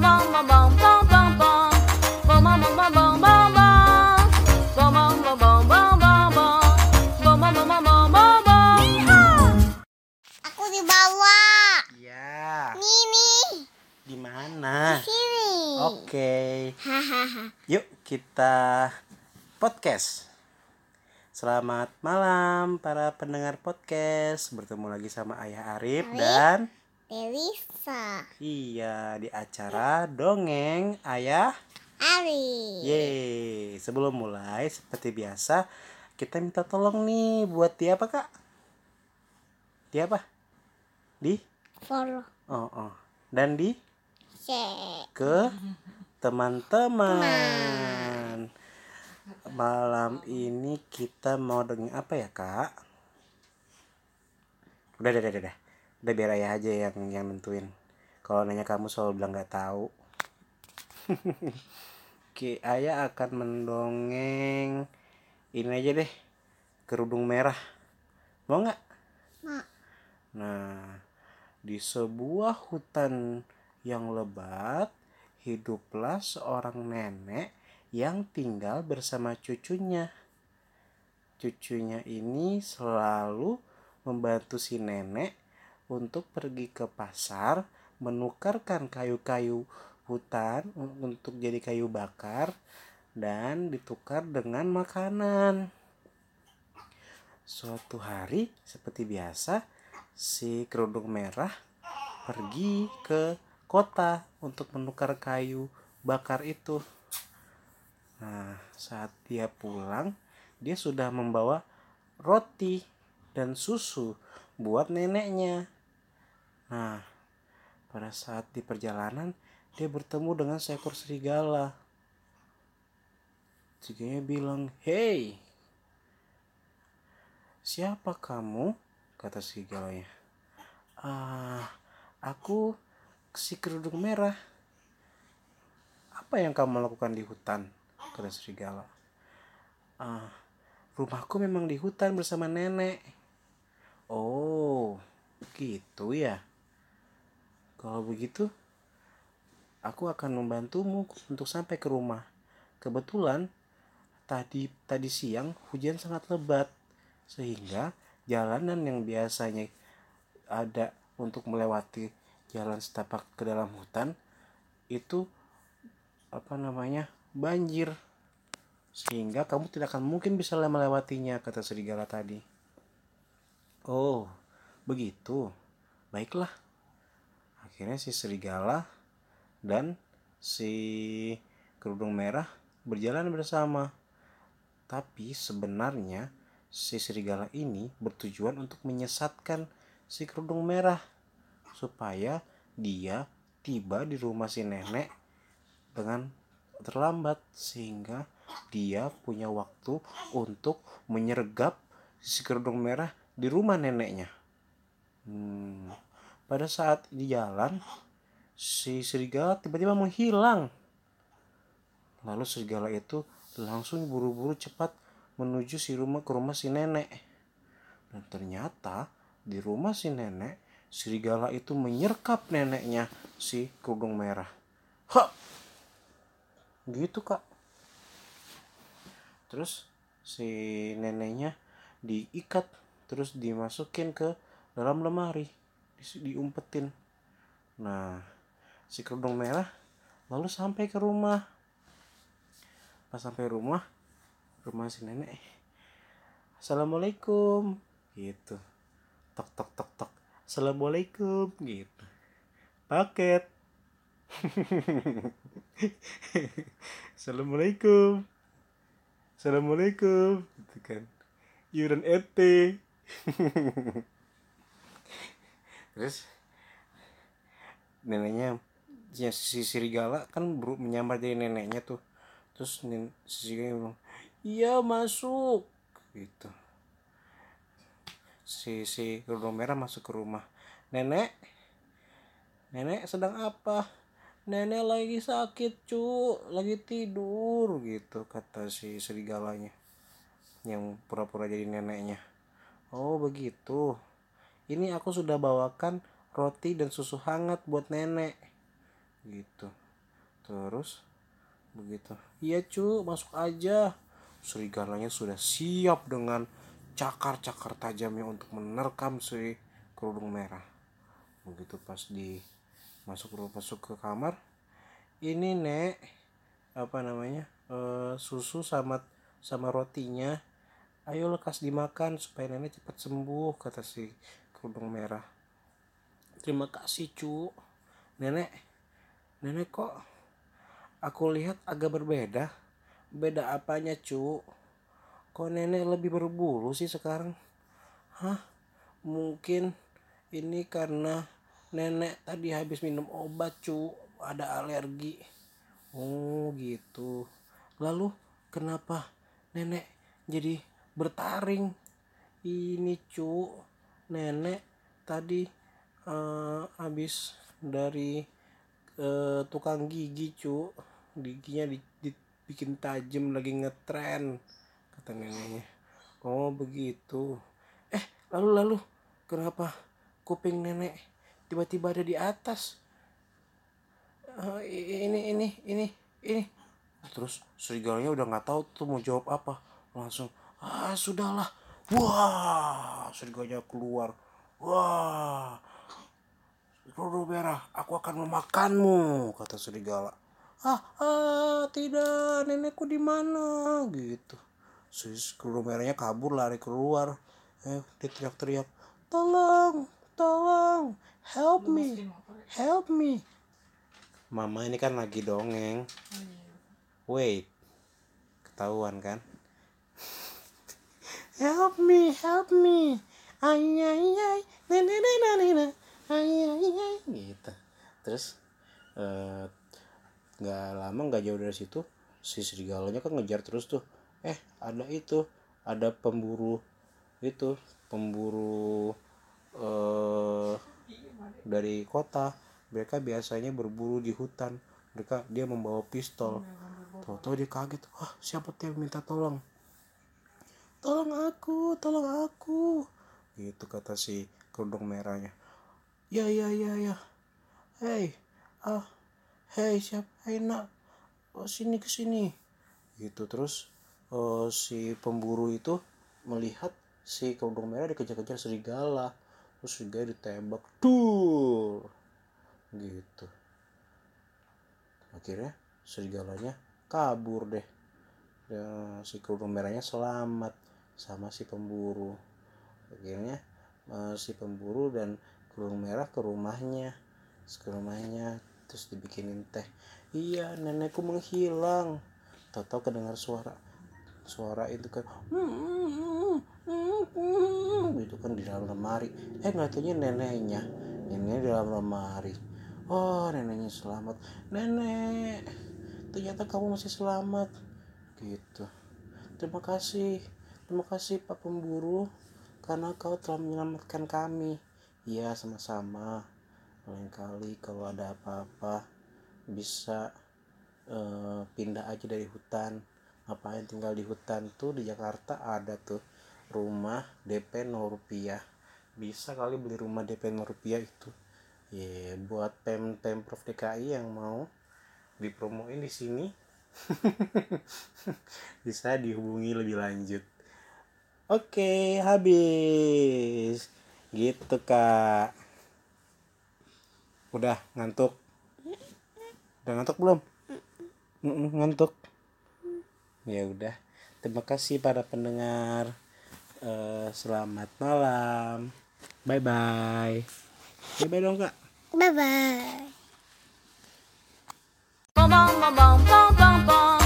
Aku di bawah. Ya. Nih. Di mana? Di sini. Oke. Hahaha. Yuk kita podcast. Selamat malam para pendengar podcast. Bertemu lagi sama Ayah Arif dan Elisa. iya di acara Dongeng Ayah Ari. Yeay. Sebelum mulai seperti biasa kita minta tolong nih buat dia apa Kak? Dia apa? Di? Follow. Oh. Dan di? Share. Ke teman-teman. Malam ini kita mau dengan apa ya Kak? Udah. Udah biar Ayah aja yang nentuin. Kalau nanya kamu selalu bilang nggak tahu. Oke, Ayah akan mendongeng ini aja deh, Kerudung Merah. Mau nggak? Mak. Nah, di sebuah hutan yang lebat, hiduplah seorang nenek yang tinggal bersama cucunya. Cucunya ini selalu membantu si nenek untuk pergi ke pasar, menukarkan kayu-kayu hutan untuk jadi kayu bakar dan ditukar dengan makanan. Suatu hari seperti biasa, si Kerudung Merah pergi ke kota untuk menukar kayu bakar itu. Nah, saat dia pulang, dia sudah membawa roti dan susu buat neneknya. Nah, pada saat di perjalanan, dia bertemu dengan seekor serigala. Serigala bilang, "Hei, siapa kamu?" kata serigalanya. Aku si Kerudung Merah. Apa yang kamu lakukan di hutan?" kata serigala. Rumahku memang di hutan bersama nenek." "Oh, gitu ya. Kalau begitu, aku akan membantumu untuk sampai ke rumah. Kebetulan tadi siang hujan sangat lebat, sehingga jalanan yang biasanya ada untuk melewati jalan setapak ke dalam hutan itu banjir, sehingga kamu tidak akan mungkin bisa melewatinya," kata serigala tadi. "Oh, begitu. Baiklah." Akhirnya si serigala dan si Kerudung Merah berjalan bersama. Tapi sebenarnya si serigala ini bertujuan untuk menyesatkan si Kerudung Merah supaya dia tiba di rumah si nenek dengan terlambat, sehingga dia punya waktu untuk menyergap si Kerudung Merah di rumah neneknya. Pada saat di jalan, si serigala tiba-tiba menghilang. Lalu serigala itu langsung buru-buru cepat menuju ke rumah si nenek. Dan ternyata di rumah si nenek, serigala itu menyergap neneknya si Kerudung Merah. Hah! Gitu Kak. Terus si neneknya diikat, terus dimasukin ke dalam lemari, diumpetin. Nah, si Kerudung Merah lalu sampai ke rumah. Pas sampai rumah si nenek, "Assalamualaikum," gitu. Tok tok tok tok. "Assalamualaikum," gitu. "Paket." Assalamualaikum gitu kan. "Iuran RT." Terus neneknya, ya, si serigala kan menyamar jadi neneknya tuh. Terus si serigala bilang, "Iya, masuk," gitu. Si Kerudung Merah masuk ke rumah. Nenek sedang apa?" "Nenek lagi sakit, cu, lagi tidur," gitu kata si serigalanya yang pura-pura jadi neneknya. "Oh, begitu. Ini aku sudah bawakan roti dan susu hangat buat nenek," gitu. Terus begitu, iya cu, masuk aja. Serigalanya sudah siap dengan cakar-cakar tajamnya untuk menerkam si kerudung merah. Begitu pas masuk ke kamar, ini nek, apa namanya, susu sama rotinya, ayo lekas dimakan supaya nenek cepat sembuh, kata si kerudung merah. Terima kasih cu. Nenek kok aku lihat agak berbeda. Beda apanya cu? Kok nenek lebih berbulu sih sekarang? Hah? Mungkin ini karena nenek tadi habis minum obat cu, ada alergi. Oh gitu. Lalu kenapa nenek jadi bertaring? Ini cu, nenek tadi habis dari tukang gigi cu, giginya dibikin tajam, lagi ngetren, kata neneknya. Oh begitu. Lalu kenapa kuping nenek tiba-tiba ada di atas? Ini. Terus serigalanya udah nggak tahu tuh mau jawab apa, langsung sudahlah. Wah, serigalanya keluar. Wah, kerudung merah, aku akan memakanmu, kata serigala. Tidak, nenekku di mana? Gitu. Si kerudung merahnya kabur, lari keluar. Dia teriak-teriak, tolong, help me. Mama ini kan lagi dongeng. Wait, ketahuan kan? Help me. Ay, gitu. Terus nggak lama, nggak jauh dari situ, si serigalanya kan ngejar terus tuh. Ada pemburu dari kota. Mereka biasanya berburu di hutan. Dia membawa pistol. Tahu-tahu dia kaget. Siapa tuh yang minta tolong? Tolong aku. Gitu kata si kerudung merahnya. Ya. Hey, siapa? Hey nak, kesini. Gitu. Terus si pemburu itu melihat si kerudung merah dikejar-kejar serigala. Terus serigala ditembak. Tuh. Gitu. Akhirnya serigalanya kabur deh. Si kerudung merahnya selamat sama si pemburu. Akhirnya si pemburu dan kerudung merah ke rumahnya. Terus dibikinin teh. Iya, nenekku menghilang. Tahu-tahu kedengar suara itu kan, itu kan di dalam lemari. Nggak taunya neneknya di dalam lemari. Oh, neneknya selamat. Nenek, ternyata kamu masih selamat. Gitu. Terima kasih Pak Pemburu, karena kau telah menyelamatkan kami. Iya, sama-sama. Lain kali kalau ada apa-apa bisa pindah aja dari hutan. Ngapain tinggal di hutan? Tuh di Jakarta ada tuh rumah DP 0 rupiah. Bisa kali beli rumah DP 0 rupiah itu. Buat Pemprov DKI yang mau dipromoin di sini bisa dihubungi lebih lanjut. Oke, habis. Gitu Kak. Udah ngantuk belum? Ngantuk. Ya udah. Terima kasih para pendengar. Selamat malam. Bye bye dong Kak. Bye bye. Bong bong bong bong bong bong.